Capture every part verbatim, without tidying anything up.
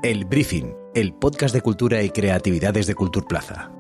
El Briefing, el podcast de cultura y creatividad desde Kulturplaza.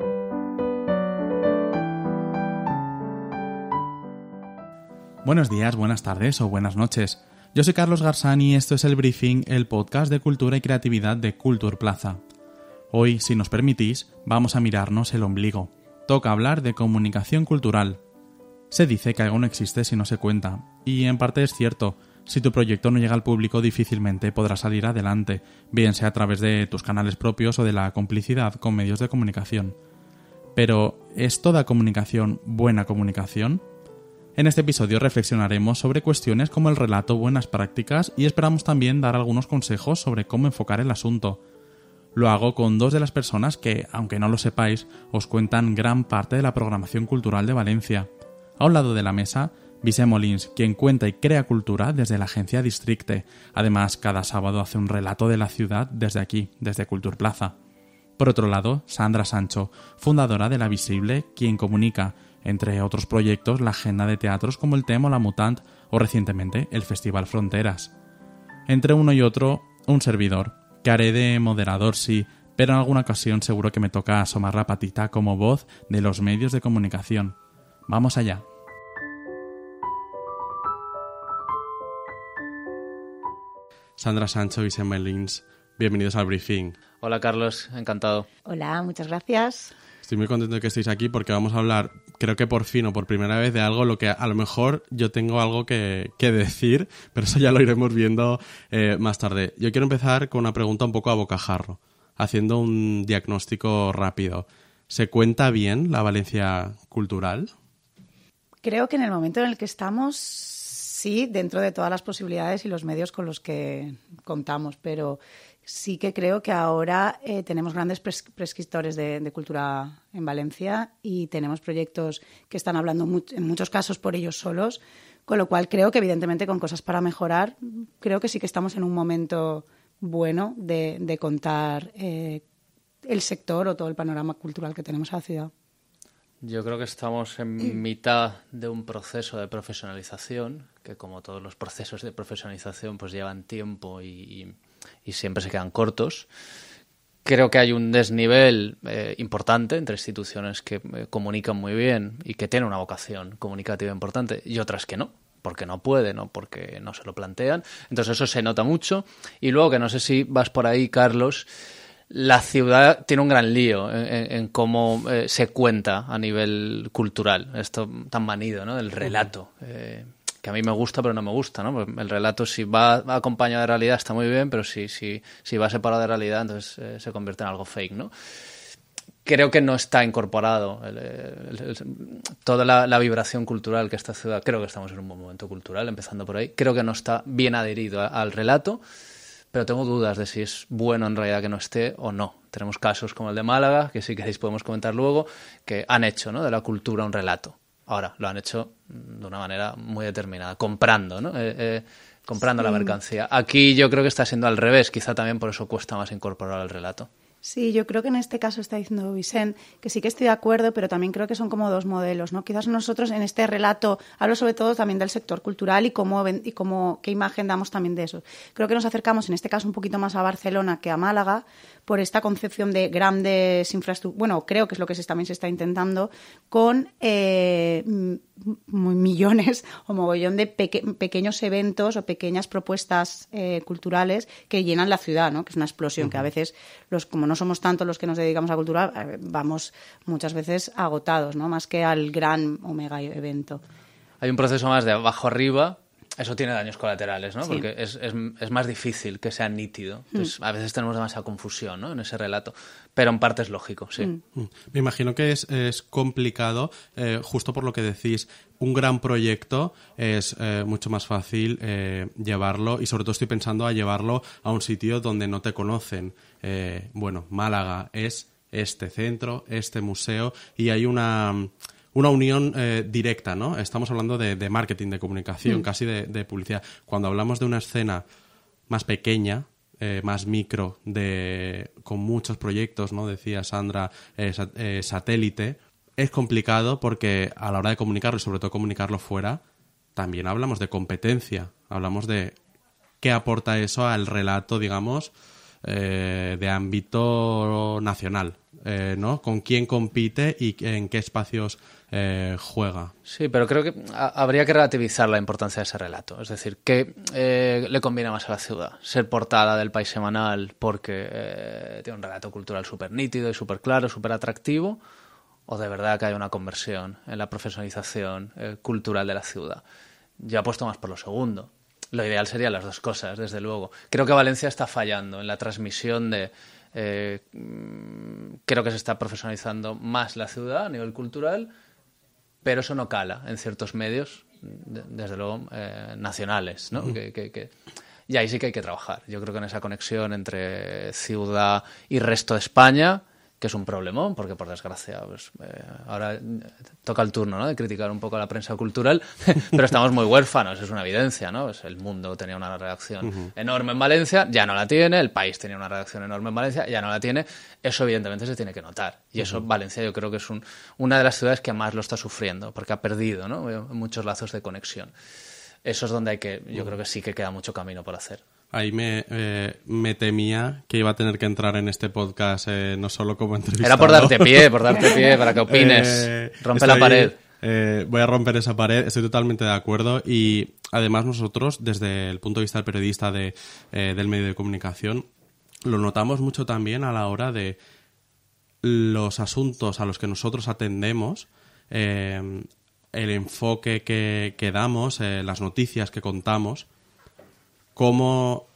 Buenos días, buenas tardes o buenas noches. Yo soy Carlos Garzán y esto es El Briefing, el podcast de cultura y creatividad de Kulturplaza. Hoy, si nos permitís, vamos a mirarnos el ombligo. Toca hablar de comunicación cultural. Se dice que algo no existe si no se cuenta, y en parte es cierto. Si tu proyecto no llega al público, difícilmente podrá salir adelante, bien sea a través de tus canales propios o de la complicidad con medios de comunicación. Pero, ¿es toda comunicación buena comunicación? En este episodio reflexionaremos sobre cuestiones como el relato, buenas prácticas, y esperamos también dar algunos consejos sobre cómo enfocar el asunto. Lo hago con dos de las personas que, aunque no lo sepáis, os cuentan gran parte de la programación cultural de Valencia. A un lado de la mesa, Vicent Molins, quien cuenta y crea cultura desde la agencia Districte. Además, cada sábado hace un relato de la ciudad desde aquí, desde Kulturplaza. Por otro lado, Sandra Sancho, fundadora de La Visible, quien comunica, entre otros proyectos, la agenda de teatros como el Tema o la Mutant, o recientemente el Festival Fronteras. Entre uno y otro, un servidor, que haré de moderador sí, pero en alguna ocasión seguro que me toca asomar la patita como voz de los medios de comunicación. Vamos allá. Sandra Sancho y Vicent Molins, bienvenidos al Briefing. Hola Carlos, encantado. Hola, muchas gracias. Estoy muy contento de que estéis aquí porque vamos a hablar, creo que por fin o por primera vez, de algo lo que a lo mejor yo tengo algo que, que decir, pero eso ya lo iremos viendo eh, más tarde. Yo quiero empezar con una pregunta un poco a bocajarro, haciendo un diagnóstico rápido. ¿Se cuenta bien la Valencia cultural? Creo que en el momento en el que estamos, sí, dentro de todas las posibilidades y los medios con los que contamos, pero sí que creo que ahora eh, tenemos grandes pres- prescriptores de, de cultura en Valencia y tenemos proyectos que están hablando mu- en muchos casos por ellos solos, con lo cual creo que evidentemente con cosas para mejorar, creo que sí que estamos en un momento bueno de, de contar eh, el sector o todo el panorama cultural que tenemos en la ciudad. Yo creo que estamos en mitad de un proceso de profesionalización, que como todos los procesos de profesionalización pues llevan tiempo y, y siempre se quedan cortos. Creo que hay un desnivel eh, importante entre instituciones que eh, comunican muy bien y que tienen una vocación comunicativa importante y otras que no, porque no pueden o porque no se lo plantean. Entonces eso se nota mucho. Y luego, que no sé si vas por ahí, Carlos, la ciudad tiene un gran lío en, en, en cómo eh, se cuenta a nivel cultural, esto tan manido, ¿no? El relato, eh, que a mí me gusta pero no me gusta, ¿no? El relato, si va acompañado de realidad, está muy bien, pero si, si, si va separado de realidad, entonces eh, se convierte en algo fake, ¿no? Creo que no está incorporado el, el, el, toda la, la vibración cultural que esta ciudad, creo que estamos en un buen momento cultural, empezando por ahí, creo que no está bien adherido a, al relato, pero tengo dudas de si es bueno en realidad que no esté o no. Tenemos casos como el de Málaga, que si queréis podemos comentar luego, que han hecho, ¿no?, de la cultura un relato. Ahora, lo han hecho de una manera muy determinada, comprando, ¿no? Eh, eh, comprando sí. La mercancía. Aquí yo creo que está siendo al revés, quizá también por eso cuesta más incorporar el relato. Sí, yo creo que en este caso está diciendo Vicent que sí que estoy de acuerdo, pero también creo que son como dos modelos, ¿no? Quizás nosotros en este relato hablo sobre todo también del sector cultural y cómo y cómo qué imagen damos también de eso. Creo que nos acercamos en este caso un poquito más a Barcelona que a Málaga por esta concepción de grandes infraestructuras. Bueno, creo que es lo que se, también se está intentando con eh, millones o mogollón de peque- pequeños eventos o pequeñas propuestas eh, culturales que llenan la ciudad, ¿no? Que es una explosión, uh-huh. Que a veces los como no somos tantos los que nos dedicamos a cultura, eh, vamos muchas veces agotados, ¿no? Más que al gran omega evento. Hay un proceso más de abajo arriba. Eso tiene daños colaterales, ¿no? Sí. Porque es, es, es más difícil que sea nítido. Entonces, mm. a veces tenemos demasiada confusión, ¿no?, en ese relato. Pero en parte es lógico, sí. Mm. Me imagino que es, es complicado, eh, justo por lo que decís. Un gran proyecto es eh, mucho más fácil eh, llevarlo, y sobre todo estoy pensando a llevarlo a un sitio donde no te conocen. Eh, bueno, Málaga es este centro, este museo, y hay una... Una unión eh, directa, ¿no? Estamos hablando de, de marketing, de comunicación, mm. casi de, de publicidad. Cuando hablamos de una escena más pequeña, eh, más micro, de con muchos proyectos, ¿no? Decía Sandra, eh, sat- eh, satélite, es complicado porque a la hora de comunicarlo, y sobre todo comunicarlo fuera, también hablamos de competencia. Hablamos de qué aporta eso al relato, digamos, eh, de ámbito nacional, eh, ¿no? Con quién compite y en qué espacios eh, juega. Sí, pero creo que ha- habría que relativizar la importancia de ese relato. Es decir, ¿qué eh, le conviene más a la ciudad? ¿Ser portada del País Semanal porque eh, tiene un relato cultural súper nítido y súper claro, súper atractivo? ¿O de verdad que hay una conversión en la profesionalización eh, cultural de la ciudad? Yo apuesto más por lo segundo. Lo ideal serían las dos cosas, desde luego. Creo que Valencia está fallando en la transmisión de... Eh, creo que se está profesionalizando más la ciudad a nivel cultural, pero eso no cala en ciertos medios, de- desde luego, eh, nacionales, ¿no? Que, que, que... Y ahí sí que hay que trabajar. Yo creo que en esa conexión entre ciudad y resto de España, que es un problemón, porque por desgracia pues, eh, ahora eh, toca el turno, ¿no?, de criticar un poco a la prensa cultural, pero estamos muy huérfanos, es una evidencia, ¿no? Pues El Mundo tenía una redacción uh-huh. enorme en Valencia, ya no la tiene, El País tenía una redacción enorme en Valencia, ya no la tiene, eso evidentemente se tiene que notar, y eso uh-huh. Valencia yo creo que es un, una de las ciudades que más lo está sufriendo, porque ha perdido, ¿no?, muchos lazos de conexión. Eso es donde hay que, yo creo que sí que queda mucho camino por hacer. Ahí me, eh, me temía que iba a tener que entrar en este podcast eh, no solo como entrevistado. Era por darte pie, por darte pie, para que opines. Eh, Rompe estoy, la pared. Eh, voy a romper esa pared, estoy totalmente de acuerdo. Y además nosotros, desde el punto de vista del periodista de, eh, del medio de comunicación, lo notamos mucho también a la hora de los asuntos a los que nosotros atendemos, eh, el enfoque que, que damos, eh, las noticias que contamos, cómo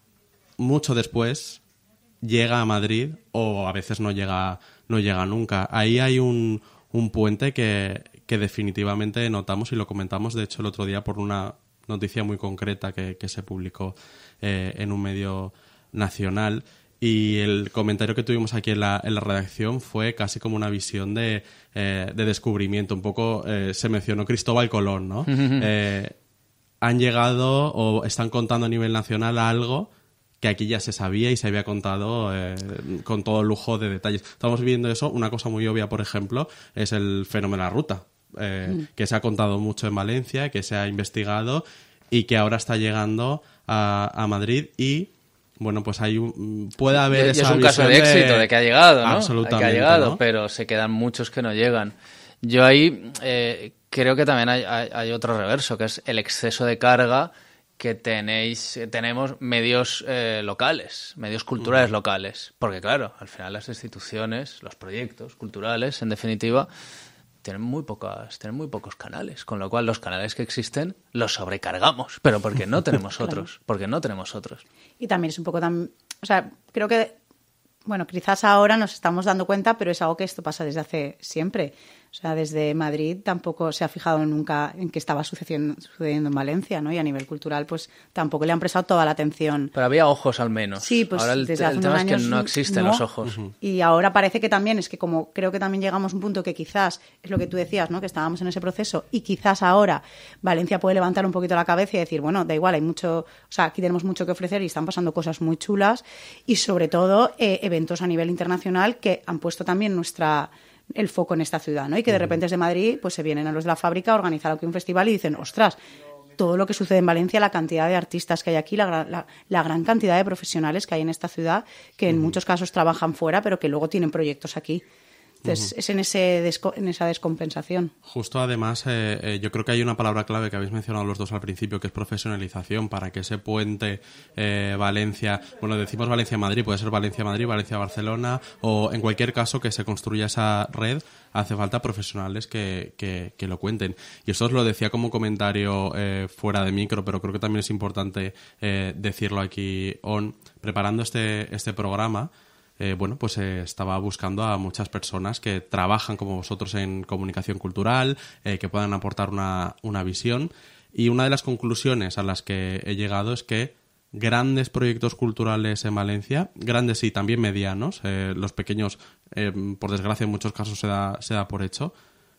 mucho después llega a Madrid o a veces no llega, no llega nunca. Ahí hay un, un puente que, que definitivamente notamos y lo comentamos, de hecho, el otro día por una noticia muy concreta que, que se publicó eh, en un medio nacional. Y el comentario que tuvimos aquí en la, en la redacción fue casi como una visión de, eh, de descubrimiento. Un poco eh, se mencionó Cristóbal Colón, ¿no? eh, han llegado o están contando a nivel nacional algo que aquí ya se sabía y se había contado eh, con todo lujo de detalles. Estamos viendo eso. Una cosa muy obvia, por ejemplo, es el fenómeno de la ruta, eh, mm. que se ha contado mucho en Valencia, que se ha investigado y que ahora está llegando a, a Madrid y... Bueno, pues hay un, puede haber y, esa y es un caso de éxito, de, de que ha llegado, ¿no? Absolutamente, de que ha llegado, ¿no? Pero se quedan muchos que no llegan. Yo ahí eh, creo que también hay, hay, hay otro reverso, que es el exceso de carga que tenéis, tenemos medios eh, locales, medios culturales uh-huh. locales. Porque claro, al final las instituciones, los proyectos culturales, en definitiva, tienen muy pocas, tienen muy pocos canales, con lo cual los canales que existen los sobrecargamos, pero porque no tenemos claro. otros, porque no tenemos otros. Y también es un poco tan, o sea, creo que, bueno, quizás ahora nos estamos dando cuenta, pero es algo que esto pasa desde hace siempre. O sea, desde Madrid tampoco se ha fijado nunca en qué estaba sucediendo, sucediendo en Valencia, ¿no? Y a nivel cultural, pues tampoco le han prestado toda la atención. Pero había ojos al menos. Sí, pues ahora el, desde hace el tema unos años es que no existen no. los ojos. Uh-huh. Y ahora parece que también, es que como creo que también llegamos a un punto que quizás, es lo que tú decías, ¿no? Que estábamos en ese proceso y quizás ahora Valencia puede levantar un poquito la cabeza y decir, bueno, da igual, hay mucho, o sea, aquí tenemos mucho que ofrecer y están pasando cosas muy chulas y sobre todo eh, eventos a nivel internacional que han puesto también nuestra... el foco en esta ciudad, ¿no? Y que de repente desde Madrid pues se vienen a los de la fábrica a organizar aquí un festival y dicen, ostras, todo lo que sucede en Valencia, la cantidad de artistas que hay aquí, la, la, la gran cantidad de profesionales que hay en esta ciudad, que en uh-huh. muchos casos trabajan fuera, pero que luego tienen proyectos aquí. Entonces, uh-huh. es en, ese desco- en esa descompensación. Justo, además, eh, eh, yo creo que hay una palabra clave que habéis mencionado los dos al principio, que es profesionalización, para que ese puente eh, Valencia, bueno, decimos Valencia-Madrid, puede ser Valencia-Madrid, Valencia-Barcelona, o en cualquier caso que se construya esa red, hace falta profesionales que, que, que lo cuenten. Y eso os lo decía como comentario eh, fuera de micro, pero creo que también es importante eh, decirlo aquí on. Preparando este, este programa, Eh, bueno, pues eh, estaba buscando a muchas personas que trabajan como vosotros en comunicación cultural, eh, que puedan aportar una, una visión. Y una de las conclusiones a las que he llegado es que grandes proyectos culturales en Valencia, grandes y también medianos, eh, los pequeños, eh, por desgracia en muchos casos se da, se da por hecho,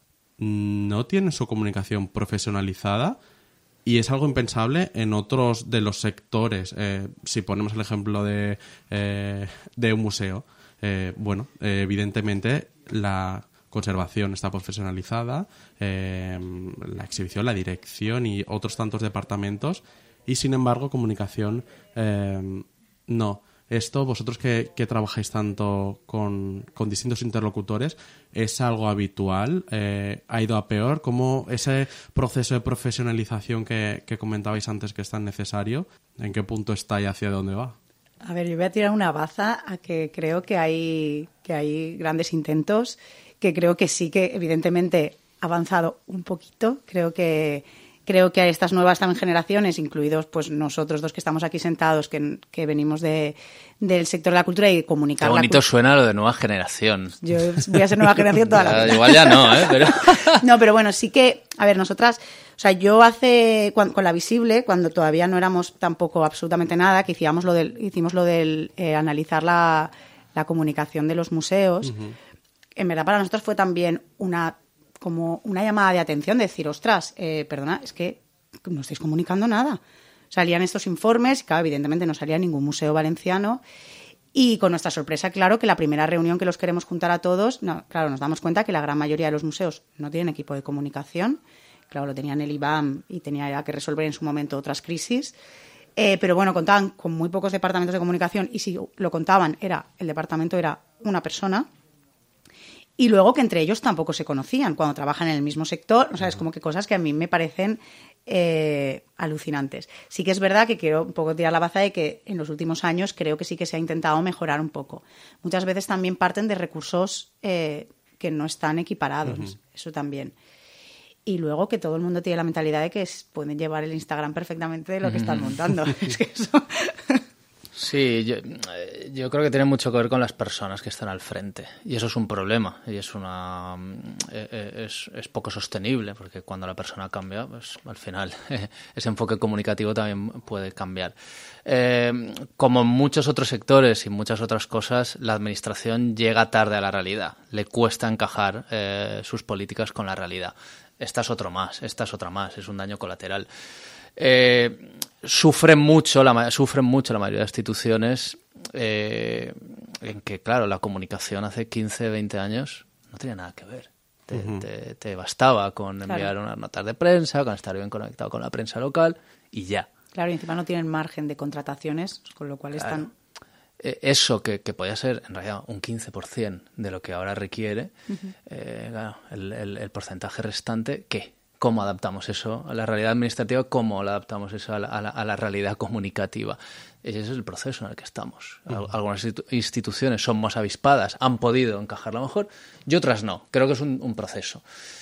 no tienen su comunicación profesionalizada. Y es algo impensable en otros de los sectores. Eh, si ponemos el ejemplo de, eh, de un museo, eh, bueno, eh, evidentemente la conservación está profesionalizada, eh, la exhibición, la dirección y otros tantos departamentos, y sin embargo comunicación eh, no. Esto, vosotros que, que trabajáis tanto con, con distintos interlocutores, ¿es algo habitual? Eh, ¿Ha ido a peor? ¿Cómo ese proceso de profesionalización que, que comentabais antes que es tan necesario, en qué punto está y hacia dónde va? A ver, yo voy a tirar una baza a que creo que hay, que hay grandes intentos, que creo que sí que evidentemente ha avanzado un poquito. Creo que creo que a estas nuevas también generaciones, incluidos pues nosotros dos que estamos aquí sentados, que, que venimos de, del sector de la cultura y comunicar. Qué bonito la suena lo de nueva generación. Yo voy a ser nueva generación toda la vida. Igual ya no, ¿eh? Pero... No, pero bueno, sí que, a ver, nosotras, o sea, yo hace, cuando, con La Visible, cuando todavía no éramos tampoco absolutamente nada, que hicimos lo del, hicimos lo del eh, analizar la, la comunicación de los museos, uh-huh. En verdad para nosotros fue también una como una llamada de atención, de decir, ostras, eh, perdona, es que no estáis comunicando nada. Salían estos informes y, claro, evidentemente no salía ningún museo valenciano. Y con nuestra sorpresa, claro, que la primera reunión que los queremos juntar a todos, no, claro, nos damos cuenta que la gran mayoría de los museos no tienen equipo de comunicación. Claro, lo tenían el I B A M y tenía que resolver en su momento otras crisis. Eh, pero bueno, contaban con muy pocos departamentos de comunicación y si lo contaban, era el departamento era una persona. Y luego que entre ellos tampoco se conocían cuando trabajan en el mismo sector. O sea, es como que cosas que a mí me parecen eh, alucinantes. Sí que es verdad que quiero un poco tirar la baza de que en los últimos años creo que sí que se ha intentado mejorar un poco. Muchas veces también parten de recursos eh, que no están equiparados. Uh-huh. Eso también. Y luego que todo el mundo tiene la mentalidad de que es, pueden llevar el Instagram perfectamente de lo que están montando. Es que eso... Sí, yo, yo creo que tiene mucho que ver con las personas que están al frente y eso es un problema y es una es, es poco sostenible porque cuando la persona cambia, pues al final ese enfoque comunicativo también puede cambiar. Eh, como en muchos otros sectores y muchas otras cosas, la administración llega tarde a la realidad, le cuesta encajar eh, sus políticas con la realidad. Esta es otro más, esta es otra más, es un daño colateral. Eh, sufren mucho la sufren mucho la mayoría de instituciones eh, en que, claro, la comunicación hace quince, veinte años no tenía nada que ver. Te, uh-huh. te, te bastaba con enviar claro. unas notas de prensa, con estar bien conectado con la prensa local y ya. Claro, y encima no tienen margen de contrataciones, con lo cual claro. están... Eso que, que podía ser, en realidad, un quince por ciento de lo que ahora requiere, uh-huh. eh, claro, el, el, el porcentaje restante, ¿qué? ¿Cómo adaptamos eso a la realidad administrativa? ¿Cómo adaptamos eso a la, a la, a la realidad comunicativa? Ese es el proceso en el que estamos. Uh-huh. Algunas instituciones son más avispadas, han podido encajarlo mejor, y otras no. Creo que es un, un proceso.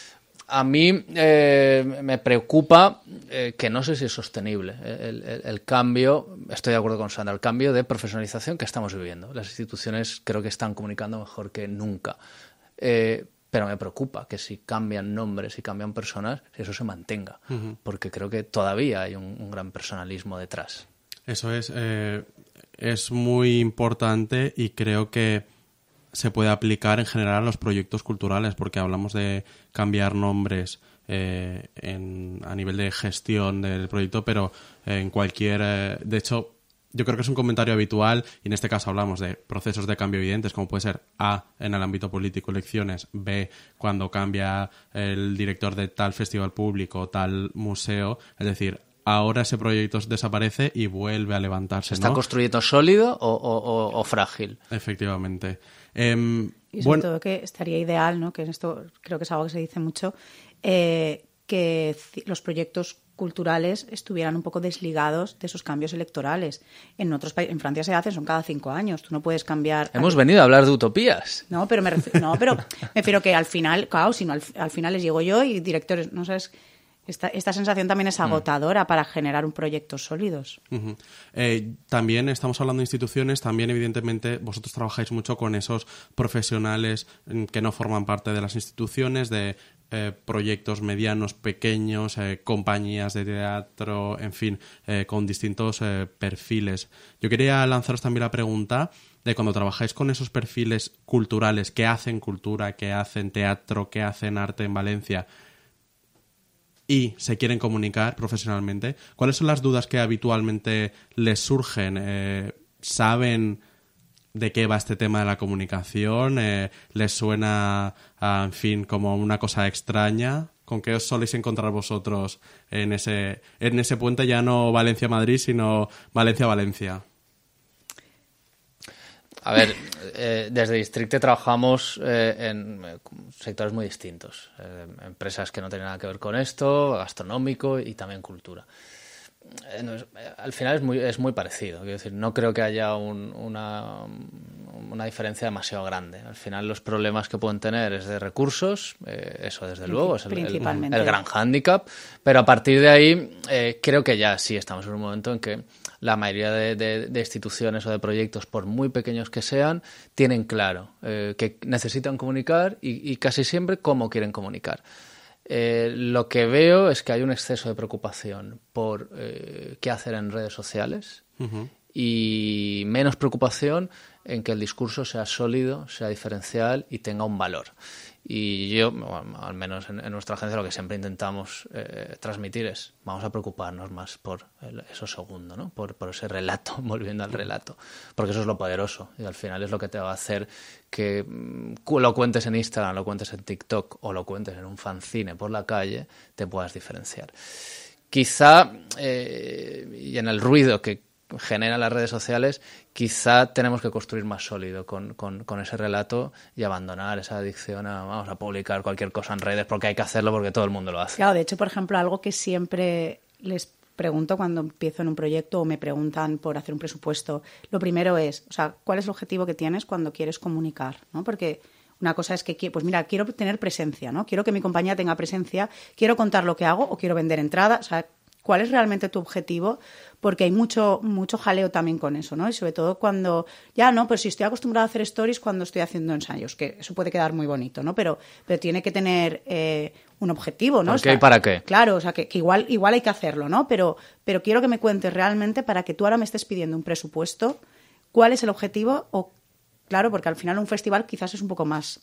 A mí eh, me preocupa eh, que no sé si es sostenible el, el, el cambio, estoy de acuerdo con Sandra, el cambio de profesionalización que estamos viviendo. Las instituciones creo que están comunicando mejor que nunca. Eh, Pero me preocupa que si cambian nombres y cambian personas, eso se mantenga. Uh-huh. Porque creo que todavía hay un, un gran personalismo detrás. Eso es, eh, es muy importante y creo que se puede aplicar en general a los proyectos culturales porque hablamos de cambiar nombres eh, en, a nivel de gestión del proyecto, pero en cualquier... Eh, de hecho... Yo creo que es un comentario habitual y en este caso hablamos de procesos de cambio evidentes como puede ser A, en el ámbito político, elecciones, B, cuando cambia el director de tal festival público, tal museo, es decir, ahora ese proyecto desaparece y vuelve a levantarse. ¿Se está ¿no? construyendo sólido o, o, o frágil? Efectivamente. Eh, y sobre bueno, todo que estaría ideal, ¿no? Que esto creo que es algo que se dice mucho, eh, que los proyectos culturales estuvieran un poco desligados de esos cambios electorales. En otros países, en Francia se hacen, son cada cinco años. Tú no puedes cambiar... Hemos venido a hablar de utopías. No, pero me refiero, no, pero me refiero que al final, claro, sino al, al final les llego yo y directores, no sabes... Esta, esta sensación también es agotadora mm. para generar un proyectos sólidos. Uh-huh. Eh, también estamos hablando de instituciones, también evidentemente vosotros trabajáis mucho con esos profesionales que no forman parte de las instituciones, de eh, proyectos medianos, pequeños, eh, compañías de teatro, en fin, eh, con distintos eh, perfiles. Yo quería lanzaros también la pregunta de cuando trabajáis con esos perfiles culturales que hacen cultura, que hacen teatro, que hacen arte en Valencia y se quieren comunicar profesionalmente, ¿cuáles son las dudas que habitualmente les surgen? Eh, ¿Saben de qué va este tema de la comunicación? Eh, ¿Les suena, a, en fin, como una cosa extraña? ¿Con qué os soléis encontrar vosotros en ese, en ese puente ya no Valencia-Madrid, sino Valencia-Valencia? A ver, eh, desde Districte trabajamos eh, en eh, sectores muy distintos. Eh, empresas que no tienen nada que ver con esto, gastronómico y también cultura. Eh, no es, eh, al final es muy, es muy parecido. Quiero decir, no creo que haya un, una, una diferencia demasiado grande. Al final los problemas que pueden tener es de recursos, eh, eso desde luego es el, el, el gran hándicap. Pero a partir de ahí eh, creo que ya sí estamos en un momento en que la mayoría de, de, de instituciones o de proyectos, por muy pequeños que sean, tienen claro eh, que necesitan comunicar y, y casi siempre cómo quieren comunicar. Eh, lo que veo es que hay un exceso de preocupación por eh, qué hacer en redes sociales uh-huh. y menos preocupación en que el discurso sea sólido, sea diferencial y tenga un valor. Y yo, bueno, al menos en, en nuestra agencia, lo que siempre intentamos eh, transmitir es vamos a preocuparnos más por el, eso segundo, ¿no? Por, por ese relato, volviendo al relato, porque eso es lo poderoso y al final es lo que te va a hacer que mm, lo cuentes en Instagram, lo cuentes en TikTok o lo cuentes en un fanzine por la calle, te puedas diferenciar. Quizá, eh, y en el ruido que generan las redes sociales, quizá tenemos que construir más sólido con, con, con ese relato y abandonar esa adicción a vamos a publicar cualquier cosa en redes porque hay que hacerlo porque todo el mundo lo hace. Claro, de hecho, por ejemplo, algo que siempre les pregunto cuando empiezo en un proyecto o me preguntan por hacer un presupuesto, lo primero es, o sea, ¿cuál es el objetivo que tienes cuando quieres comunicar? ¿No? Porque una cosa es que, pues mira, quiero tener presencia, ¿no? Quiero que mi compañía tenga presencia, quiero contar lo que hago o quiero vender entrada, o sea, ¿cuál es realmente tu objetivo? Porque hay mucho mucho jaleo también con eso, ¿no? Y sobre todo cuando, ya no, pues si estoy acostumbrada a hacer stories cuando estoy haciendo ensayos, que eso puede quedar muy bonito, ¿no? Pero, pero tiene que tener eh, un objetivo, ¿no? ¿Por o sea, qué y para qué? Claro, o sea, que, que igual, igual hay que hacerlo, ¿no? Pero, pero quiero que me cuentes realmente para que tú ahora me estés pidiendo un presupuesto, ¿cuál es el objetivo? O, claro, porque al final un festival quizás es un poco más...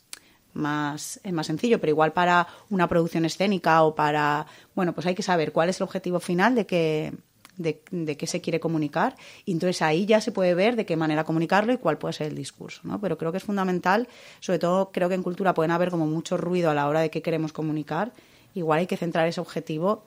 más es más sencillo, pero igual para una producción escénica o para... Bueno, pues hay que saber cuál es el objetivo final de que, de, de qué se quiere comunicar y entonces ahí ya se puede ver de qué manera comunicarlo y cuál puede ser el discurso, ¿no? Pero creo que es fundamental, sobre todo creo que en cultura pueden haber como mucho ruido a la hora de qué queremos comunicar, igual hay que centrar ese objetivo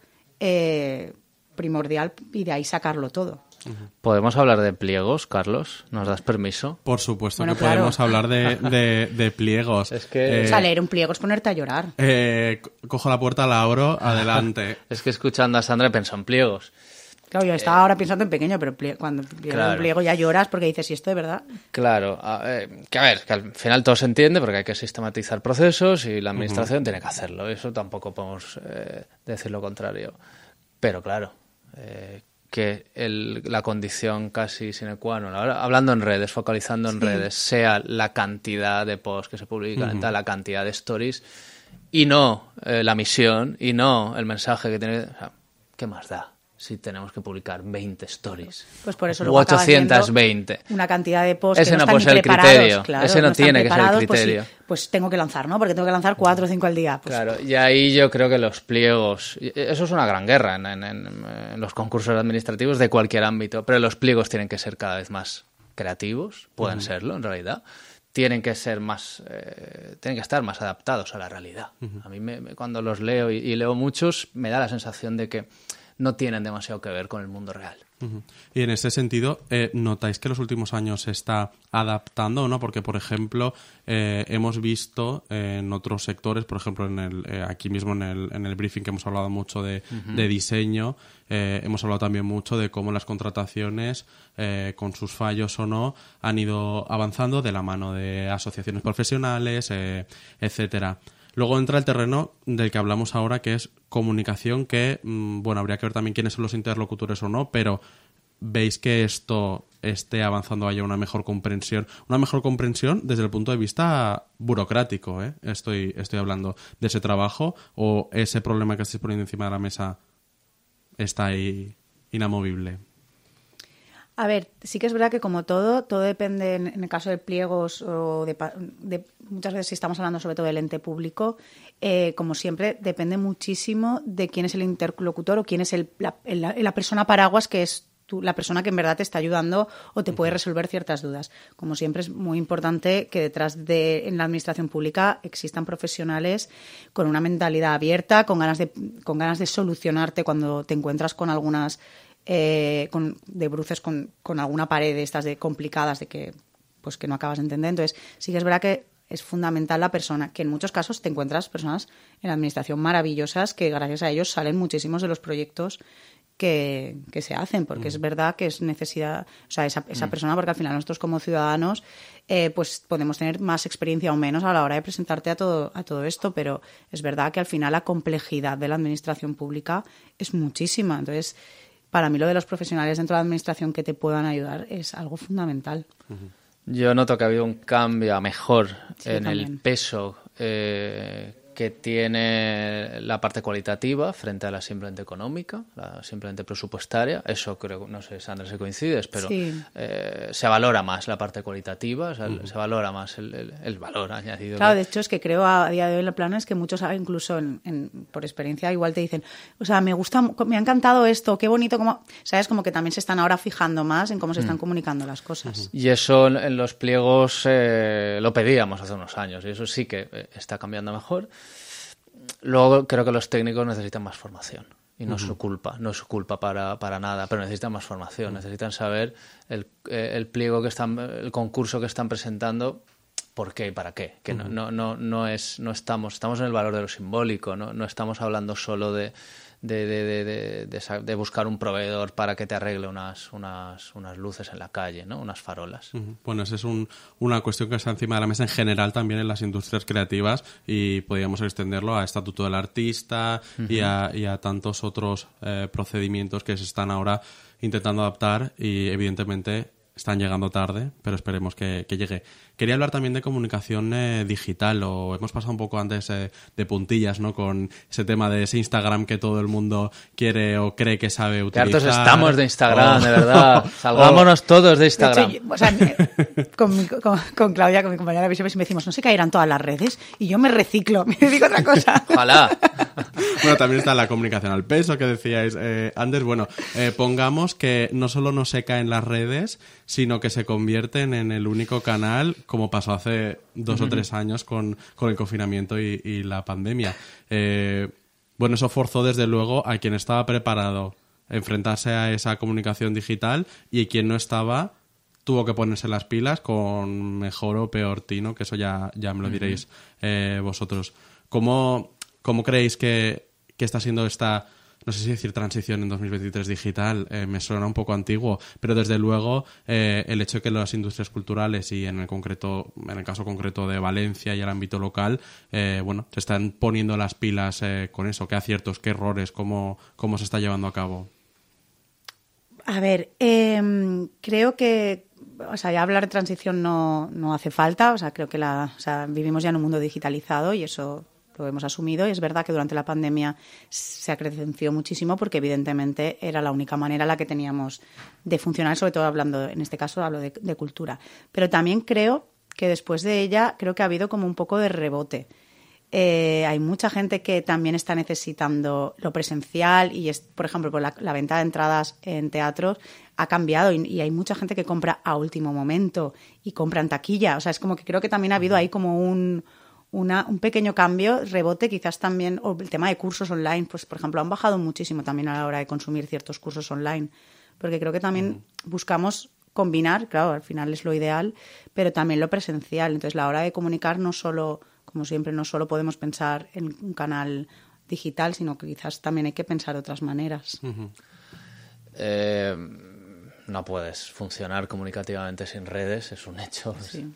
eh, primordial y de ahí sacarlo todo. ¿Podemos hablar de pliegos, Carlos? ¿Nos das permiso? Por supuesto bueno, que claro. podemos hablar de, de, de pliegos. Es que... Eh, o sea, leer un pliego es ponerte a llorar. Eh, cojo la puerta, la abro, adelante. Es que escuchando a Sandra pienso en pliegos. Claro, yo estaba eh, ahora pensando en pequeño, pero plie- cuando claro. un pliego ya lloras porque dices, ¿y esto de verdad? Claro, a, eh, que a ver, que al final todo se entiende porque hay que sistematizar procesos y la administración uh-huh. tiene que hacerlo. Eso tampoco podemos eh, decir lo contrario. Pero claro... Eh, que el, la condición casi sine qua non, hablando en redes, focalizando en sí. redes, sea la cantidad de posts que se publican, uh-huh. la cantidad de stories, y no eh, la misión, y no el mensaje que tiene... O sea, ¿qué más da si tenemos que publicar veinte stories? Pues por eso o ochocientos veinte. Una cantidad de posts ese que no, no están puede ser el criterio. Claro, ese no, no tiene que ser el criterio. Pues, sí, pues tengo que lanzar, ¿no? Porque tengo que lanzar cuatro o cinco al día. Pues. Claro, y ahí yo creo que los pliegos... Eso es una gran guerra en, en, en los concursos administrativos de cualquier ámbito, pero los pliegos tienen que ser cada vez más creativos, pueden uh-huh. serlo en realidad, tienen que ser más... Eh, tienen que estar más adaptados a la realidad. Uh-huh. A mí me, me, cuando los leo y, y leo muchos me da la sensación de que no tienen demasiado que ver con el mundo real. Uh-huh. Y en ese sentido, eh, ¿notáis que en los últimos años se está adaptando o no? Porque, por ejemplo, eh, hemos visto eh, en otros sectores, por ejemplo, en el, eh, aquí mismo en el, en el briefing que hemos hablado mucho de, uh-huh. de diseño, eh, hemos hablado también mucho de cómo las contrataciones, eh, con sus fallos o no, han ido avanzando de la mano de asociaciones profesionales, eh, etcétera. Luego entra el terreno del que hablamos ahora, que es comunicación, que, bueno, habría que ver también quiénes son los interlocutores o no, pero ¿veis que esto esté avanzando, haya una mejor comprensión? Una mejor comprensión desde el punto de vista burocrático, ¿eh? Estoy, estoy hablando de ese trabajo, o ese problema que estáis poniendo encima de la mesa está ahí inamovible. A ver, sí que es verdad que como todo, todo depende en, en el caso de pliegos o de, de muchas veces si estamos hablando sobre todo del ente público, eh, como siempre depende muchísimo de quién es el interlocutor o quién es el, la, la, la persona paraguas que es tú, la persona que en verdad te está ayudando o te puede resolver ciertas dudas. Como siempre es muy importante que detrás de en la administración pública existan profesionales con una mentalidad abierta, con ganas de, con ganas de solucionarte cuando te encuentras con algunas... Eh, con, de bruces con, con alguna pared de estas de complicadas de que pues que no acabas de entender. Entonces, sí que es verdad que es fundamental la persona, que en muchos casos te encuentras personas en la administración maravillosas que gracias a ellos salen muchísimos de los proyectos que, que se hacen, porque mm. es verdad que es necesidad, o sea, esa, esa mm. persona, porque al final nosotros como ciudadanos eh, pues podemos tener más experiencia o menos a la hora de presentarte a todo, a todo esto, pero es verdad que al final la complejidad de la administración pública es muchísima. Entonces, para mí lo de los profesionales dentro de la administración que te puedan ayudar es algo fundamental. Uh-huh. Yo noto que ha habido un cambio a mejor sí, en también. el peso eh, que tiene la parte cualitativa frente a la simplemente económica, la simplemente presupuestaria. Eso creo, no sé, Sandra, si coincides, pero sí. eh, se valora más la parte cualitativa, o sea, uh-huh. se valora más el, el, el valor añadido. Claro, de hecho es que creo a día de hoy el plan es que muchos, incluso en, en, por experiencia, igual te dicen, o sea, me gusta, me ha encantado esto, qué bonito, como, ¿sabes? Como que también se están ahora fijando más en cómo se están uh-huh. comunicando las cosas. Uh-huh. Y eso en los pliegos eh, lo pedíamos hace unos años y eso sí que eh, está cambiando mejor. Luego creo que los técnicos necesitan más formación y no uh-huh. es su culpa, no es su culpa para, para nada, pero necesitan más formación, uh-huh. necesitan saber el, el pliego que están, el concurso que están presentando, por qué y para qué, que uh-huh. no, no, no es, no estamos, estamos en el valor de lo simbólico, no, no estamos hablando solo de De, de, de, de, de, de buscar un proveedor para que te arregle unas, unas, unas luces en la calle, ¿no? Unas farolas. Uh-huh. Bueno, esa es un, una cuestión que está encima de la mesa en general también en las industrias creativas y podríamos extenderlo a Estatuto del Artista uh-huh. y, a, y a tantos otros eh, procedimientos que se están ahora intentando adaptar y evidentemente están llegando tarde, pero esperemos que, que llegue. Quería hablar también de comunicación eh, digital, o hemos pasado un poco antes eh, de puntillas, ¿no? Con ese tema de ese Instagram que todo el mundo quiere o cree que sabe utilizar. Que hartos estamos de Instagram, oh. de verdad. Salgámonos oh. todos de Instagram. De hecho, o sea, con, mi, con, con Claudia, con mi compañera de visión, me decimos, no se caerán todas las redes, y yo me reciclo, me dedico a otra cosa. Ojalá. Bueno, también está la comunicación al peso que decíais eh, antes. Bueno, eh, pongamos que no solo no se caen las redes, sino que se convierten en el único canal, como pasó hace dos uh-huh. o tres años con, con el confinamiento y, y la pandemia. Eh, bueno, eso forzó desde luego a quien estaba preparado a enfrentarse a esa comunicación digital y quien no estaba tuvo que ponerse las pilas con mejor o peor tino, que eso ya, ya me lo diréis uh-huh. eh, vosotros. ¿Cómo, cómo creéis que, que está siendo esta... no sé si decir transición en dos mil veintitrés digital, eh, me suena un poco antiguo, pero desde luego eh, el hecho de que las industrias culturales y en el concreto, en el caso concreto de Valencia y el ámbito local, eh, bueno, se están poniendo las pilas eh, con eso, qué aciertos, qué errores, cómo, cómo se está llevando a cabo. A ver, eh, creo que, o sea, ya hablar de transición no, no hace falta, o sea, creo que la, o sea, vivimos ya en un mundo digitalizado y eso lo hemos asumido, y es verdad que durante la pandemia se acrecenció muchísimo porque evidentemente era la única manera en la que teníamos de funcionar, sobre todo hablando, en este caso hablo de, de cultura. Pero también creo que después de ella creo que ha habido como un poco de rebote. Eh, hay mucha gente que también está necesitando lo presencial y, es, por ejemplo, por la, la venta de entradas en teatros ha cambiado y, y hay mucha gente que compra a último momento y compra en taquilla. O sea, es como que creo que también ha habido ahí como un... Una, un pequeño cambio, rebote, quizás también, o el tema de cursos online, pues por ejemplo han bajado muchísimo también a la hora de consumir ciertos cursos online, porque creo que también uh-huh. buscamos combinar, claro, al final es lo ideal, pero también lo presencial. Entonces la hora de comunicar no solo, como siempre, no solo podemos pensar en un canal digital, sino que quizás también hay que pensar de otras maneras. Uh-huh. Eh, no puedes funcionar comunicativamente sin redes, es un hecho. Sí.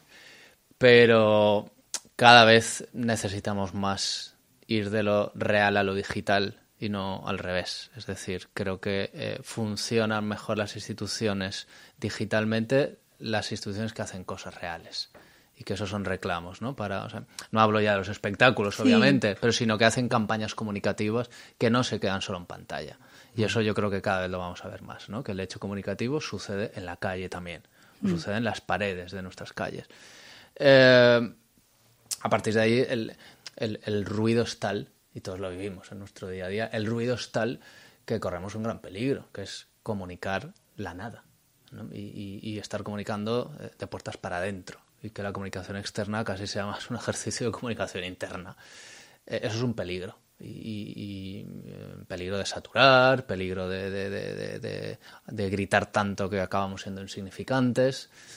Pero cada vez necesitamos más ir de lo real a lo digital y no al revés. Es decir, creo que eh, funcionan mejor las instituciones digitalmente, las instituciones que hacen cosas reales. Y que esos son reclamos, ¿no? Para, o sea, no hablo ya de los espectáculos, sí. obviamente, pero sino que hacen campañas comunicativas que no se quedan solo en pantalla. Y eso yo creo que cada vez lo vamos a ver más, ¿no? Que el hecho comunicativo sucede en la calle también. Mm. Sucede en las paredes de nuestras calles. Eh, a partir de ahí, el, el, el ruido es tal, y todos lo vivimos en nuestro día a día, el ruido es tal que corremos un gran peligro, que es comunicar la nada, ¿no? Y, y, y estar comunicando de puertas para adentro. Y que la comunicación externa casi sea más un ejercicio de comunicación interna. Eh, eso es un peligro. Y, y, y eh, peligro de saturar, peligro de, de, de, de, de, de gritar tanto que acabamos siendo insignificantes.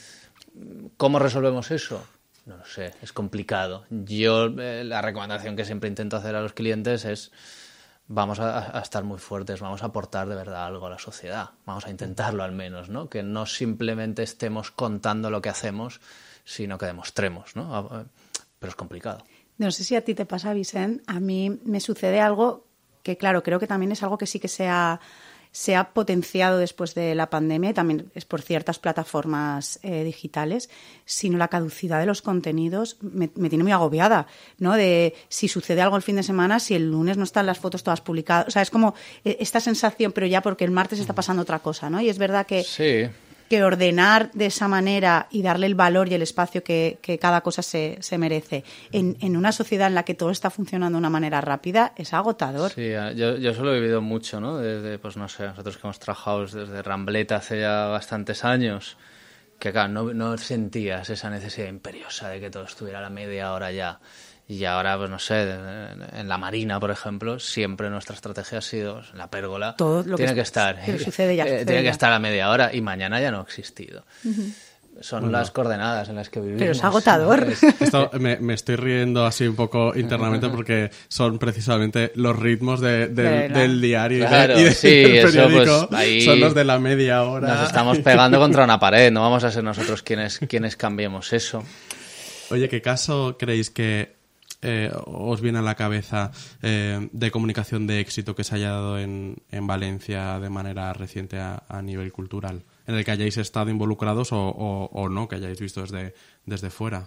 ¿Cómo resolvemos eso? No lo sé, es complicado. Yo eh, la recomendación que siempre intento hacer a los clientes es vamos a, a estar muy fuertes, vamos a aportar de verdad algo a la sociedad, vamos a intentarlo al menos, ¿no? Que no simplemente estemos contando lo que hacemos, sino que demostremos, ¿no? Pero es complicado. No sé si a ti te pasa, Vicent, a mí me sucede algo que, claro, creo que también es algo que sí que se ha, se ha potenciado después de la pandemia y también es por ciertas plataformas eh, digitales, sino la caducidad de los contenidos me, me tiene muy agobiada, ¿no? De si sucede algo el fin de semana, si el lunes no están las fotos todas publicadas. O sea, es como esta sensación, pero ya porque el martes está pasando otra cosa, ¿no? Y es verdad que... Sí. que ordenar de esa manera y darle el valor y el espacio que, que cada cosa se, se merece en, en una sociedad en la que todo está funcionando de una manera rápida es agotador. Sí, yo, yo eso lo he vivido mucho, ¿no? Desde, pues no sé, nosotros que hemos trabajado desde Rambleta hace ya bastantes años, que claro, no, no sentías esa necesidad imperiosa de que todo estuviera a la media hora ya. Y ahora, pues no sé, en la Marina, por ejemplo, siempre nuestra estrategia ha sido, en la pérgola, todo lo tiene que, que estar, que sucede ya, eh, sucede tiene ya. que estar a media hora y mañana ya no ha existido. Uh-huh. Son bueno, las coordenadas en las que vivimos. Pero es agotador. Esto me, me estoy riendo así un poco internamente porque son precisamente los ritmos de, de, de la... del diario claro, y, de, sí, y del periódico. Eso, pues, ahí son los de la media hora. Nos estamos pegando contra una pared, no vamos a ser nosotros quienes, quienes cambiemos eso. Oye, ¿qué caso creéis que Eh, os viene a la cabeza eh, de comunicación de éxito que se haya dado en, en Valencia de manera reciente a, a nivel cultural, en el que hayáis estado involucrados o, o, o no, que hayáis visto desde, desde fuera?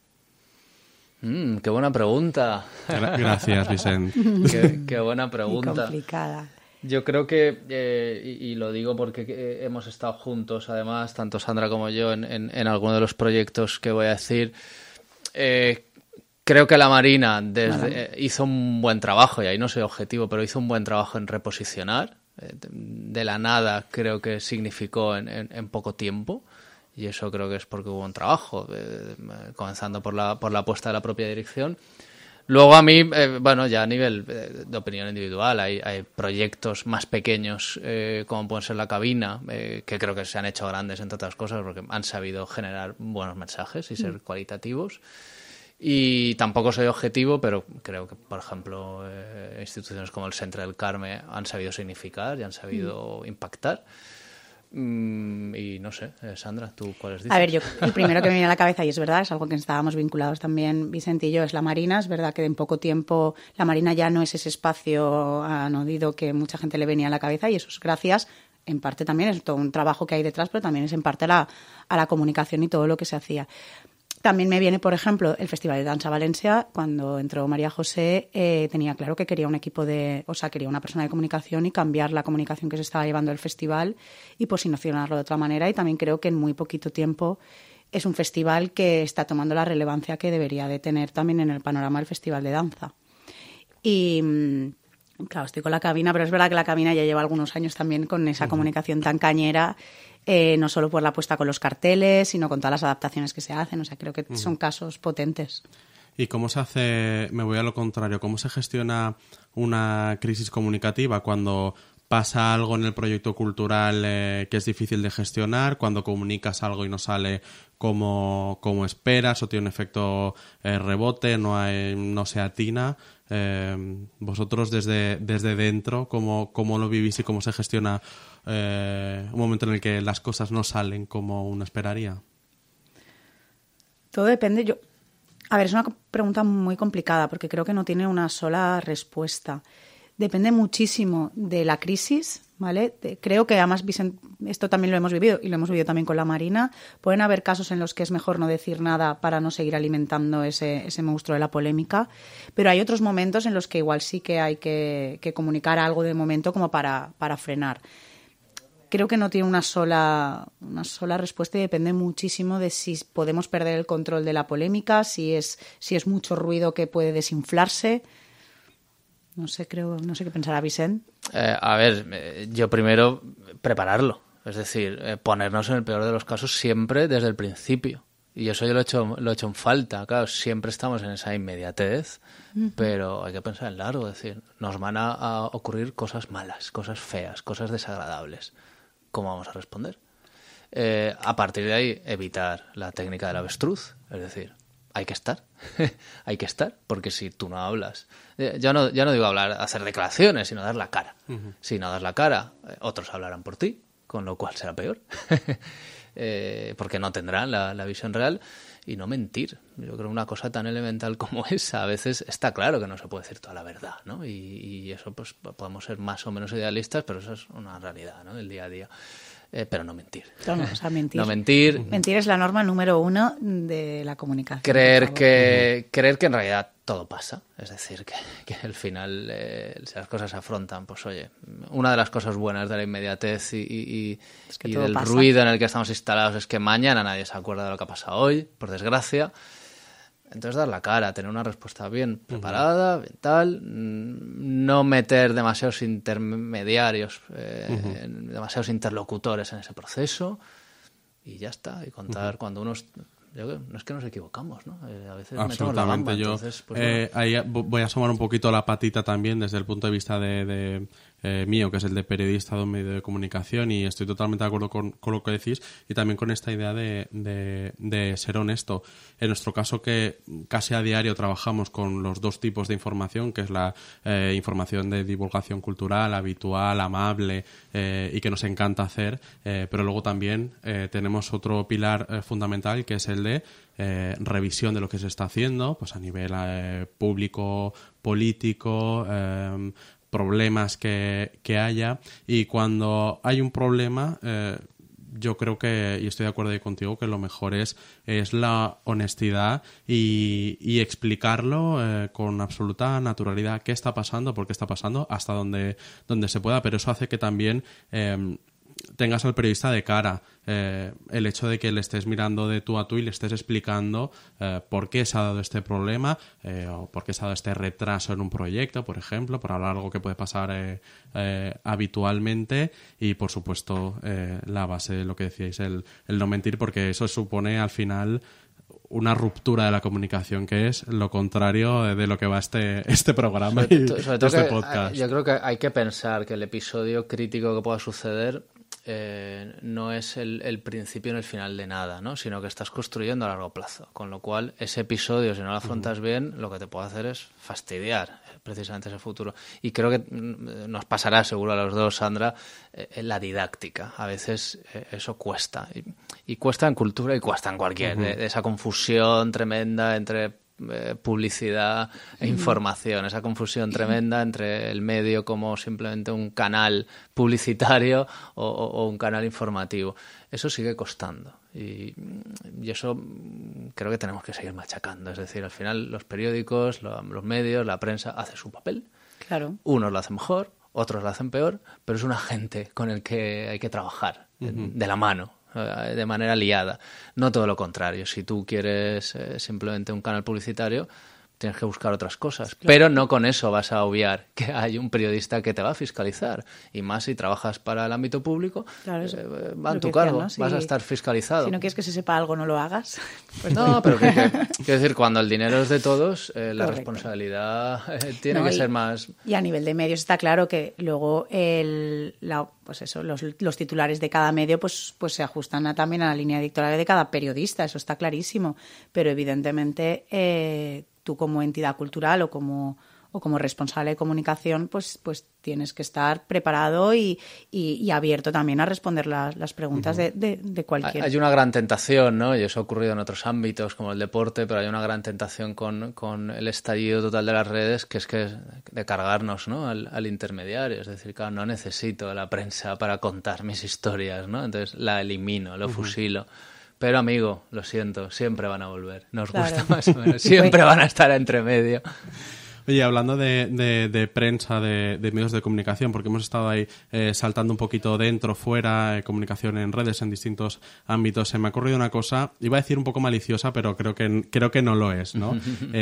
Mm, ¡Qué buena pregunta! Gracias, Vicent. Qué, qué buena pregunta. Muy complicada. Yo creo que, eh, y, y lo digo porque eh, hemos estado juntos, además, tanto Sandra como yo, en, en, en alguno de los proyectos que voy a decir. Eh, Creo que la Marina desde, eh, hizo un buen trabajo, y ahí no soy objetivo, pero hizo un buen trabajo en reposicionar. Eh, de la nada creo que significó en, en, en poco tiempo, y eso creo que es porque hubo un trabajo, eh, comenzando por la, por la apuesta de la propia dirección. Luego a mí, eh, bueno, ya a nivel eh, de opinión individual, hay, hay proyectos más pequeños, eh, como pueden ser La Cabina, eh, que creo que se han hecho grandes, entre otras cosas, porque han sabido generar buenos mensajes y ser mm. cualitativos. Y tampoco soy objetivo, pero creo que, por ejemplo, eh, instituciones como el Centre del Carme han sabido significar y han sabido mm. impactar. Mm, y no sé, eh, Sandra, ¿tú cuáles dices? A ver, yo el primero que me viene a la cabeza, y es verdad, es algo que estábamos vinculados también, Vicent y yo, es la Marina. Es verdad que en poco tiempo la Marina ya no es ese espacio anodido que mucha gente le venía a la cabeza, y eso es gracias, en parte también es todo un trabajo que hay detrás, pero también es en parte a la, a la comunicación y todo lo que se hacía. También me viene, por ejemplo, el Festival de Danza Valencia. Cuando entró María José, eh, tenía claro que quería un equipo de... O sea, quería una persona de comunicación y cambiar la comunicación que se estaba llevando al festival y posicionarlo de otra manera. Y también creo que en muy poquito tiempo es un festival que está tomando la relevancia que debería de tener también en el panorama del Festival de Danza. Y... Claro, estoy con La Cabina, pero es verdad que La Cabina ya lleva algunos años también con esa uh-huh. comunicación tan cañera, eh, no solo por la apuesta con los carteles, sino con todas las adaptaciones que se hacen. O sea, creo que uh-huh. son casos potentes. ¿Y cómo se hace, me voy a lo contrario, cómo se gestiona una crisis comunicativa cuando pasa algo en el proyecto cultural eh, que es difícil de gestionar, cuando comunicas algo y no sale como, como esperas o tiene un efecto eh, rebote, no, hay, no se atina? Eh, vosotros desde, desde dentro, ¿cómo, cómo lo vivís y cómo se gestiona eh, un momento en el que las cosas no salen como uno esperaría? Todo depende. Yo, a ver, es una pregunta muy complicada porque creo que no tiene una sola respuesta. Depende muchísimo de la crisis, ¿vale? Creo que además esto también lo hemos vivido y lo hemos vivido también con la Marina. Pueden haber casos en los que es mejor no decir nada para no seguir alimentando ese, ese monstruo de la polémica, pero hay otros momentos en los que igual sí que hay que, que comunicar algo de momento como para, para frenar. Creo que no tiene una sola, una sola respuesta y depende muchísimo de si podemos perder el control de la polémica, si es, si es mucho ruido que puede desinflarse. No sé, creo, no sé qué pensará Vicent. Eh, a ver, eh, yo primero prepararlo, es decir, eh, ponernos en el peor de los casos siempre desde el principio. Y eso yo lo he hecho, lo he hecho en falta. Claro, siempre estamos en esa inmediatez, uh-huh. pero hay que pensar en largo, es decir, nos van a, a ocurrir cosas malas, cosas feas, cosas desagradables. ¿Cómo vamos a responder? Eh, a partir de ahí, evitar la técnica del avestruz, es decir, hay que estar, hay que estar, porque si tú no hablas, eh, ya no, ya no digo hablar, hacer declaraciones, sino dar la cara. Uh-huh. Si no das la cara, eh, otros hablarán por ti, con lo cual será peor, eh, porque no tendrán la, la visión real. Y no mentir. Yo creo que una cosa tan elemental como esa, a veces está claro que no se puede decir toda la verdad, ¿no? Y, y eso, pues, podemos ser más o menos idealistas, pero eso es una realidad, ¿no? Del día a día. Eh, pero no mentir. No, o sea, mentir. No mentir. Mentir es la norma número uno de la comunicación. Creer que, uh-huh. creer que en realidad todo pasa. Es decir, que, que al final, eh, si las cosas se afrontan, pues oye, una de las cosas buenas de la inmediatez y, y, es que y del pasa. ruido en el que estamos instalados es que mañana nadie se acuerda de lo que ha pasado hoy, por desgracia. Entonces dar la cara, tener una respuesta bien preparada, uh-huh. bien tal, no meter demasiados intermediarios, eh, uh-huh. demasiados interlocutores en ese proceso y ya está, y contar uh-huh. cuando uno... Yo creo, no es que nos equivocamos, ¿no? Eh, a veces metemos la gamba, yo entonces, pues, eh, bueno. ahí voy a asomar un poquito la patita también desde el punto de vista de, de eh, mío, que es el de periodista de un medio de comunicación, y estoy totalmente de acuerdo con, con lo que decís y también con esta idea de, de, de ser honesto. En nuestro caso, que casi a diario trabajamos con los dos tipos de información, que es la eh, información de divulgación cultural, habitual, amable eh, y que nos encanta hacer, eh, pero luego también eh, tenemos otro pilar eh, fundamental, que es el de eh, revisión de lo que se está haciendo, pues a nivel eh, público, político, eh, problemas que, que haya, y cuando hay un problema eh, yo creo que, y estoy de acuerdo ahí contigo, que lo mejor es, es la honestidad y, y explicarlo eh, con absoluta naturalidad qué está pasando, por qué está pasando, hasta donde, donde se pueda, pero eso hace que también eh, tengas al periodista de cara, eh, el hecho de que le estés mirando de tú a tú y le estés explicando eh, por qué se ha dado este problema eh, o por qué se ha dado este retraso en un proyecto, por ejemplo, por hablar algo que puede pasar eh, eh, habitualmente, y por supuesto eh, la base de lo que decíais, el, el no mentir, porque eso supone al final una ruptura de la comunicación, que es lo contrario de lo que va este, este programa sobre, y sobre todo este que, podcast. Yo creo que hay que pensar que el episodio crítico que pueda suceder eh, no es el, el principio ni el final de nada, ¿no? Sino que estás construyendo a largo plazo. Con lo cual, ese episodio, si no lo afrontas uh-huh. bien, lo que te puede hacer es fastidiar precisamente ese futuro. Y creo que nos pasará seguro a los dos, Sandra, eh, la didáctica. A veces eh, eso cuesta. Y, y cuesta en cultura y cuesta en cualquier. Uh-huh. de, de esa confusión tremenda entre eh, publicidad e información. Uh-huh. Esa confusión tremenda entre el medio como simplemente un canal publicitario o, o, o un canal informativo. Eso sigue costando. Y, y eso creo que tenemos que seguir machacando. Es decir, al final los periódicos, lo, los medios, la prensa hacen su papel. Claro. Unos lo hacen mejor, otros lo hacen peor, pero es un agente con el que hay que trabajar uh-huh. de la mano, de manera aliada. No todo lo contrario. Si tú quieres eh, simplemente un canal publicitario, tienes que buscar otras cosas. Claro. Pero no con eso vas a obviar que hay un periodista que te va a fiscalizar. Y más si trabajas para el ámbito público, claro, eh, va en tu cargo, decía, ¿no? Si, vas a estar fiscalizado. Si no quieres que se sepa algo, no lo hagas. Pues no, pero que, que, quiero decir, cuando el dinero es de todos, eh, la Correcto. responsabilidad eh, tiene no, que y, ser más... Y a nivel de medios está claro que luego el, la, pues eso, los, los titulares de cada medio pues, pues se ajustan a, también a la línea editorial de cada periodista, eso está clarísimo. Pero evidentemente... Eh, tú como entidad cultural o como o como responsable de comunicación, pues pues tienes que estar preparado y, y, y abierto también a responder las, las preguntas uh-huh. de, de, de cualquier... Hay una gran tentación, ¿no? Y eso ha ocurrido en otros ámbitos como el deporte, pero hay una gran tentación con, con el estallido total de las redes, que es que de cargarnos, ¿no? al, al intermediario. Es decir, claro, no necesito la prensa para contar mis historias, ¿no? Entonces la elimino, lo uh-huh. fusilo. Pero, amigo, lo siento, siempre van a volver. Nos claro. gusta más o menos. Siempre van a estar entre medio. Oye, hablando de, de, de prensa, de, de medios de comunicación, porque hemos estado ahí eh, saltando un poquito dentro, fuera, eh, comunicación en redes, en distintos ámbitos, se me ha ocurrido una cosa, iba a decir un poco maliciosa, pero creo que, creo que no lo es, ¿no?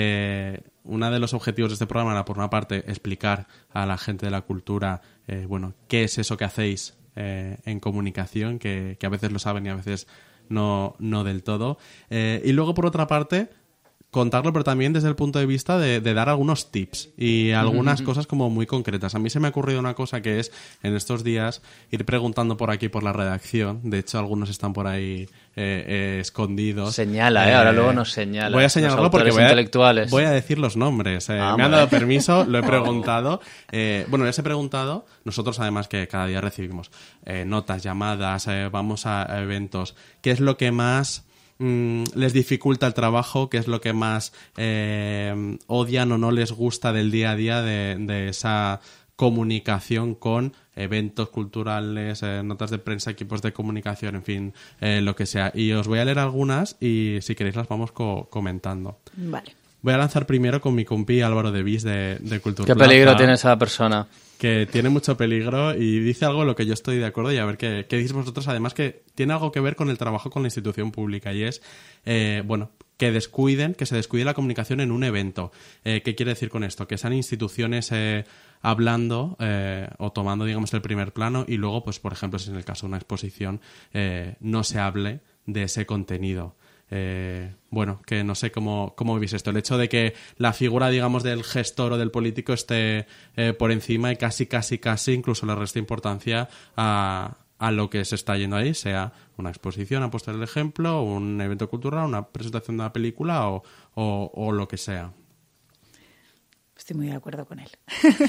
eh, uno de los objetivos de este programa era, por una parte, explicar a la gente de la cultura, eh, bueno, qué es eso que hacéis eh, en comunicación, que, que a veces lo saben y a veces... No, no del todo. Eh, y luego, por otra parte, contarlo, pero también desde el punto de vista de, de dar algunos tips y algunas uh-huh. cosas como muy concretas. A mí se me ha ocurrido una cosa que es, en estos días, ir preguntando por aquí por la redacción. De hecho, algunos están por ahí eh, eh, escondidos. Señala, eh, ahora luego nos señala. Voy a señalarlo porque voy a, voy a decir los nombres. Eh, ah, me han dado permiso, lo he preguntado. Eh, bueno, les he preguntado. Nosotros, además, que cada día recibimos eh, notas, llamadas, eh, vamos a, a eventos. ¿Qué es lo que más mm, les dificulta el trabajo? ¿Qué es lo que más eh, odian o no les gusta del día a día de, de esa comunicación con eventos culturales, eh, notas de prensa, equipos de comunicación, en fin, eh, lo que sea? Y os voy a leer algunas y si queréis las vamos co- comentando. Vale. Voy a lanzar primero con mi compi Álvaro de Vis de, de Cultura. ¿Qué peligro tiene esa persona? Que tiene mucho peligro y dice algo en lo que yo estoy de acuerdo y a ver qué, qué decís vosotros. Además que tiene algo que ver con el trabajo con la institución pública y es, eh, bueno, que descuiden, que se descuide la comunicación en un evento. Eh, ¿Qué quiere decir con esto? Que sean instituciones eh, hablando eh, o tomando, digamos, el primer plano y luego, pues, por ejemplo, si en el caso de una exposición eh, no se hable de ese contenido. Eh, bueno, que no sé cómo, cómo vivís esto. El hecho de que la figura, digamos, del gestor o del político esté eh, por encima y casi, casi, casi incluso le resta importancia a, a lo que se está yendo ahí, sea una exposición, a postar el ejemplo, un evento cultural, una presentación de una película o, o, o lo que sea. Estoy muy de acuerdo con él.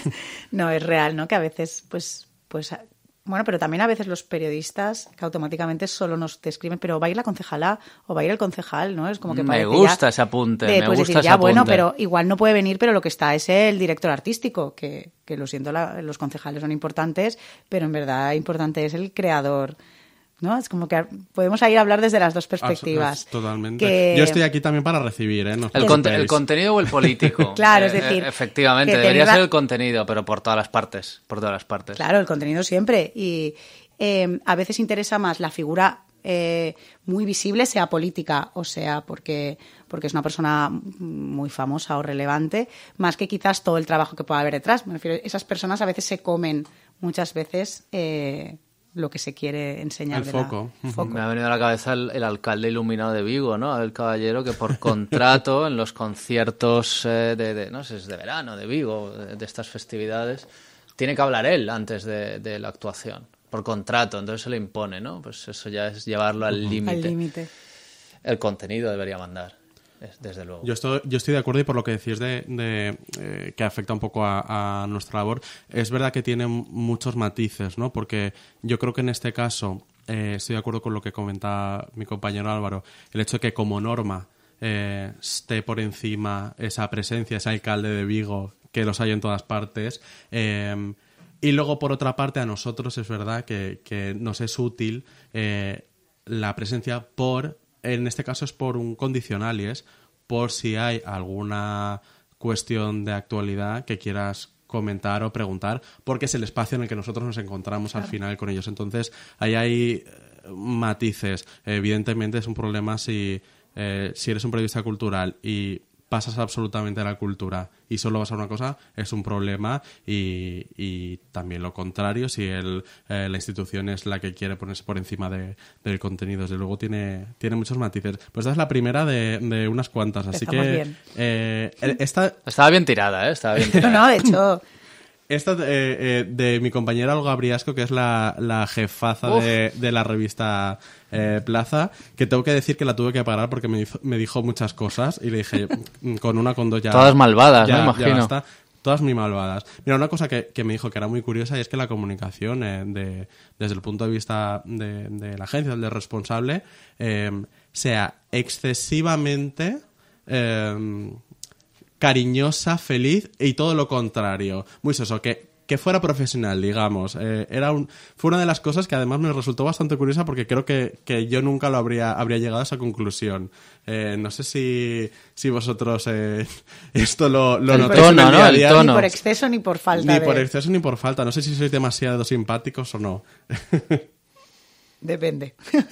No, es real, ¿no? Que a veces, pues, pues... Bueno, pero también a veces los periodistas que automáticamente solo nos describen, pero va a ir la concejala o va a ir el concejal, ¿no? Es como que me gusta ya, ese apunte, de, me pues gusta decir, ese ya, apunte. Bueno, pero igual no puede venir, pero lo que está es el director artístico, que, que lo siento, la, los concejales son importantes, pero en verdad importante es el creador, ¿no? Es como que podemos ahí hablar desde las dos perspectivas. Ah, totalmente. Que... Yo estoy aquí también para recibir, ¿eh? No el, con- el contenido o el político. Claro, es decir... Eh, efectivamente, debería tener... ser el contenido, pero por todas las partes, por todas las partes. Claro, el contenido siempre. Y eh, a veces interesa más la figura eh, muy visible, sea política o sea porque, porque es una persona muy famosa o relevante, más que quizás todo el trabajo que pueda haber detrás. Me refiero, esas personas a veces se comen muchas veces... Eh, lo que se quiere enseñar. El de foco. La... foco. Me ha venido a la cabeza el, el alcalde iluminado de Vigo, ¿no? El caballero que por contrato en los conciertos eh, de, de, no sé, es de verano, de Vigo, de, de estas festividades, tiene que hablar él antes de, de la actuación, por contrato, entonces se le impone, ¿no? Pues eso ya es llevarlo al límite. Al límite. El contenido debería mandar. Desde luego. Yo estoy, yo estoy de acuerdo y por lo que decís de, de eh, que afecta un poco a, a nuestra labor, es verdad que tiene muchos matices, ¿no? Porque yo creo que en este caso eh, estoy de acuerdo con lo que comenta mi compañero Álvaro, el hecho de que como norma eh, esté por encima esa presencia, ese alcalde de Vigo, que los hay en todas partes, eh, y luego por otra parte a nosotros es verdad que, que nos es útil eh, la presencia por... En este caso es por un condicional y es por si hay alguna cuestión de actualidad que quieras comentar o preguntar, porque es el espacio en el que nosotros nos encontramos al final con ellos. Entonces, ahí hay matices. Evidentemente es un problema si, eh, si eres un periodista cultural y pasas absolutamente a la cultura y solo vas a una cosa, es un problema y, y también lo contrario, si el, eh, la institución es la que quiere ponerse por encima de, del contenido. Desde luego tiene, tiene muchos matices. Pues esta es la primera de, de unas cuantas, así Estamos que... bien. Eh, esta... Estaba bien tirada, ¿eh? Estaba bien tirada. No, no, de hecho... Esta eh, eh, de mi compañera Olga Briasco, que es la, la jefaza de, de la revista eh, Plaza, que tengo que decir que la tuve que parar porque me, hizo, me dijo muchas cosas y le dije, con una, con dos ya... Todas malvadas, ya, ¿no? Imagino. Ya basta. Todas muy malvadas. Mira, una cosa que, que me dijo que era muy curiosa y es que la comunicación, eh, de, desde el punto de vista de, de la agencia, del responsable, eh, sea excesivamente... Eh, cariñosa, feliz y todo lo contrario. Muy soso, que, que fuera profesional, digamos. Eh, era un, fue una de las cosas que además me resultó bastante curiosa porque creo que, que yo nunca lo habría, habría llegado a esa conclusión. Eh, no sé si, si vosotros eh, esto lo, lo notáis en el día a día. Ni por exceso ni por falta. Ni de... por exceso ni por falta. No sé si sois demasiado simpáticos o no. Depende.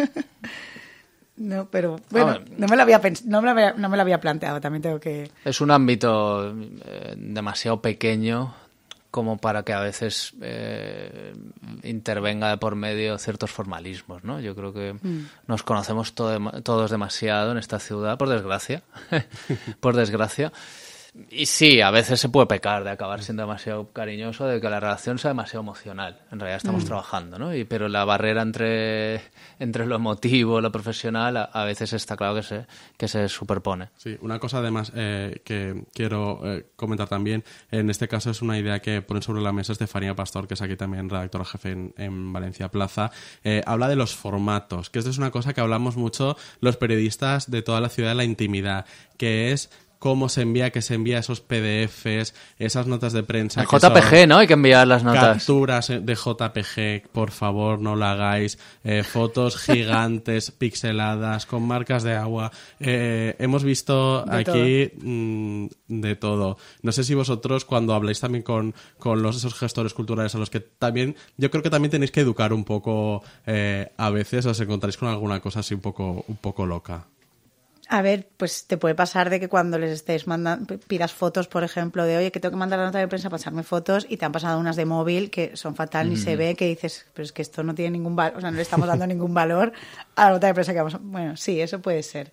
No, pero bueno, ah, no, me lo había pens- no, me lo había, no me lo había planteado, también tengo que... Es un ámbito eh, demasiado pequeño como para que a veces eh, intervenga de por medio ciertos formalismos, ¿no? Yo creo que mm. nos conocemos todo, todos demasiado en esta ciudad, por desgracia, por desgracia. Y sí, a veces se puede pecar de acabar siendo demasiado cariñoso, de que la relación sea demasiado emocional. En realidad estamos mm. trabajando, ¿no? Y, pero la barrera entre, entre lo emotivo y lo profesional a, a veces está claro que se, que se superpone. Sí, una cosa además eh, que quiero eh, comentar también, en este caso es una idea que pone sobre la mesa Estefanía Pastor, que es aquí también redactora jefe en, en Valencia Plaza. Eh, habla de los formatos, que esto es una cosa que hablamos mucho los periodistas de toda la ciudad de la intimidad, que es cómo se envía, que se envía esos P D Fs, esas notas de prensa. El J P G, ¿no? Hay que enviar las notas. Capturas de J P G, por favor, no lo hagáis. Eh, fotos gigantes, pixeladas, con marcas de agua. Eh, hemos visto de aquí todo. Mmm, de todo. No sé si vosotros, cuando habláis también con, con los, esos gestores culturales a los que también, yo creo que también tenéis que educar un poco, eh, a veces os encontráis con alguna cosa así un poco, un poco loca. A ver, pues te puede pasar de que cuando les estés mandando, pidas fotos, por ejemplo, de oye, que tengo que mandar la nota de prensa para pasarme fotos, y te han pasado unas de móvil que son fatal, mm. ni se ve, que dices, pero es que esto no tiene ningún valor, o sea, no le estamos dando ningún valor a la nota de prensa que vamos a... Bueno, sí, eso puede ser.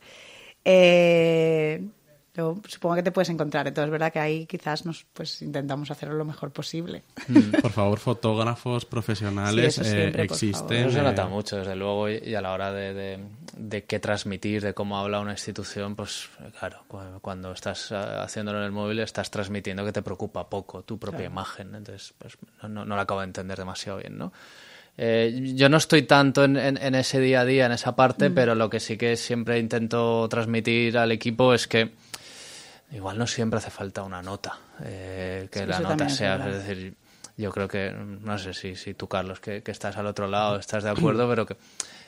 Eh... Yo supongo que te puedes encontrar, entonces es verdad que ahí quizás nos pues intentamos hacerlo lo mejor posible. Mm, por favor, fotógrafos profesionales, sí, siempre, eh, existen. Eso se eh... nota mucho, desde luego, y a la hora de, de, de qué transmitir, de cómo habla una institución, pues claro, cuando estás haciéndolo en el móvil estás transmitiendo que te preocupa poco tu propia claro. imagen, entonces pues no, no, no lo acabo de entender demasiado bien, ¿no? Eh, yo no estoy tanto en, en, en ese día a día, en esa parte, mm. pero lo que sí que siempre intento transmitir al equipo es que igual no siempre hace falta una nota, eh, que sí, la nota sea, es, es decir, yo creo que, no sé si, si tú, Carlos, que, que estás al otro lado, estás de acuerdo, pero que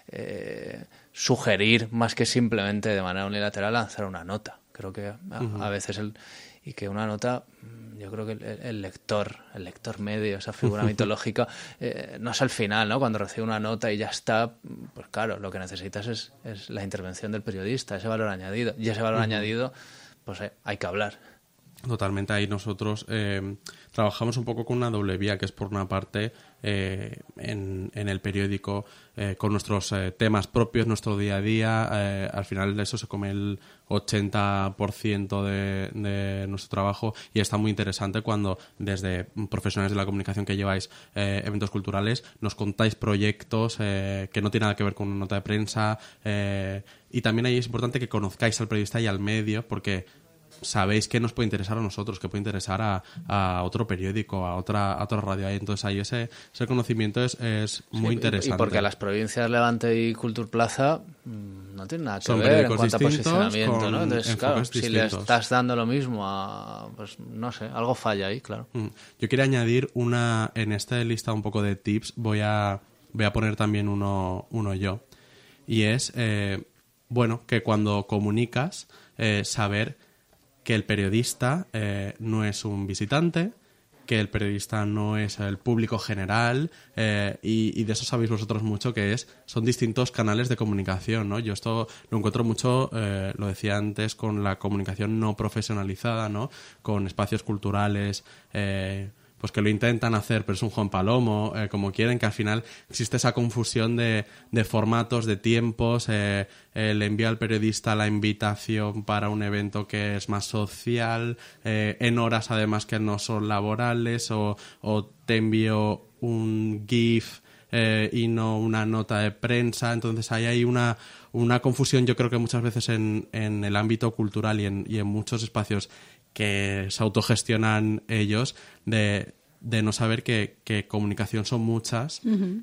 eh, sugerir más que simplemente de manera unilateral lanzar una nota. Creo que a, uh-huh. a veces el... Y que una nota, yo creo que el, el lector, el lector medio, esa figura mitológica, eh, no es al final, ¿no? Cuando recibe una nota y ya está, pues claro, lo que necesitas es, es la intervención del periodista, ese valor añadido. Y ese valor uh-huh. añadido, pues eh, hay que hablar. Totalmente. Ahí nosotros eh, trabajamos un poco con una doble vía, que es por una parte eh, en, en el periódico eh, con nuestros eh, temas propios, nuestro día a día. Eh, al final de eso se come el ochenta por ciento de, de nuestro trabajo, y está muy interesante cuando desde profesionales de la comunicación que lleváis eh, eventos culturales nos contáis proyectos eh, que no tienen nada que ver con una nota de prensa, eh, y también ahí es importante que conozcáis al periodista y al medio, porque sabéis que nos puede interesar a nosotros, que puede interesar a, a otro periódico, a otra, a otra radio. Entonces ahí ese, ese conocimiento es, es muy sí, interesante. Y porque las provincias Levante y Cultur Plaza no tienen nada que Son ver en cuanto a posicionamiento, ¿no? Entonces, claro, distintos. Si le estás dando lo mismo a, pues no sé, algo falla ahí, claro. Yo quería añadir una, en esta lista un poco de tips, voy a, voy a poner también uno, uno yo. Y es, eh, bueno, que cuando comunicas, eh, saber que el periodista eh, no es un visitante, que el periodista no es el público general, eh, y, y de eso sabéis vosotros mucho, que es son distintos canales de comunicación, ¿no? Yo esto lo encuentro mucho, eh, lo decía antes, con la comunicación no profesionalizada, ¿no? Con espacios culturales, eh, pues que lo intentan hacer, pero es un Juan Palomo, eh, como quieren, que al final existe esa confusión de, de formatos, de tiempos, eh, el envío al periodista la invitación para un evento que es más social, eh, en horas además que no son laborales, o, o te envío un GIF eh, y no una nota de prensa. Entonces ahí hay una, una confusión, yo creo que muchas veces en, en el ámbito cultural y en, y en muchos espacios que se autogestionan ellos, de, de no saber que, que comunicación son muchas, uh-huh.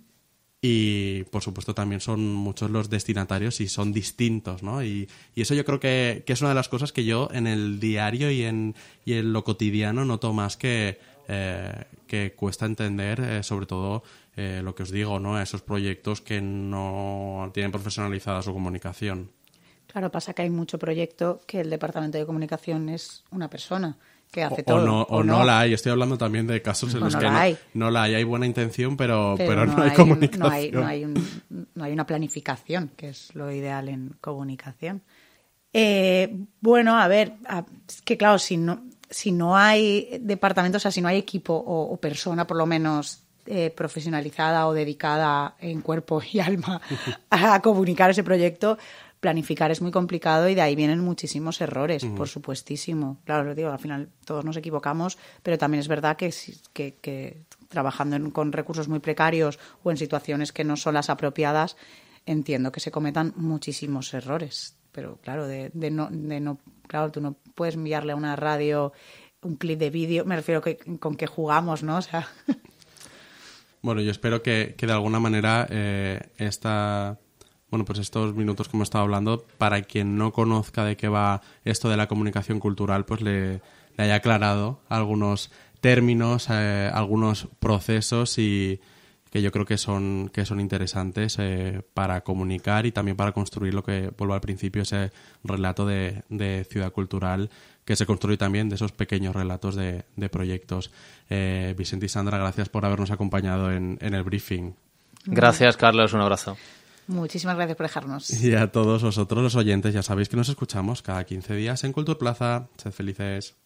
y por supuesto también son muchos los destinatarios y son distintos, ¿no? Y, y eso yo creo que, que es una de las cosas que yo en el diario y en, y en lo cotidiano noto más que, eh, que cuesta entender, eh, sobre todo eh, lo que os digo, ¿no? Esos proyectos que no tienen profesionalizada su comunicación. Claro, pasa que hay mucho proyecto que el departamento de comunicación es una persona que hace o, todo. O no, o, o no. no la hay. Estoy hablando también de casos en no, los no que la no, hay. no la hay. Hay buena intención, pero, pero, pero no, no hay, hay comunicación. No hay, no, hay un, no hay una planificación, que es lo ideal en comunicación. Eh, bueno, a ver, a, es que claro, si no... si no hay departamento, o sea, si no hay equipo o, o persona, por lo menos, eh, profesionalizada o dedicada en cuerpo y alma a, a comunicar ese proyecto, planificar es muy complicado y de ahí vienen muchísimos errores, uh-huh. por supuestísimo. Claro, lo digo, al final todos nos equivocamos, pero también es verdad que, que, que trabajando en, con recursos muy precarios o en situaciones que no son las apropiadas, entiendo que se cometan muchísimos errores. Pero claro, de, de, no, de no, claro, tú no puedes enviarle a una radio un clip de vídeo, me refiero que con que jugamos, ¿no? O sea... Bueno, yo espero que, que de alguna manera eh, esta... Bueno, pues estos minutos que hemos estado hablando, para quien no conozca de qué va esto de la comunicación cultural, pues le, le haya aclarado algunos términos, eh, algunos procesos y que yo creo que son, que son interesantes eh, para comunicar y también para construir lo que, vuelvo al principio, ese relato de, de ciudad cultural que se construye también de esos pequeños relatos de, de proyectos. Eh, Vicente y Sandra, gracias por habernos acompañado en, en el briefing. Gracias, Carlos. Un abrazo. Muchísimas gracias por dejarnos. Y a todos vosotros, los oyentes, ya sabéis que nos escuchamos cada quince días en Culturplaza. Sed felices.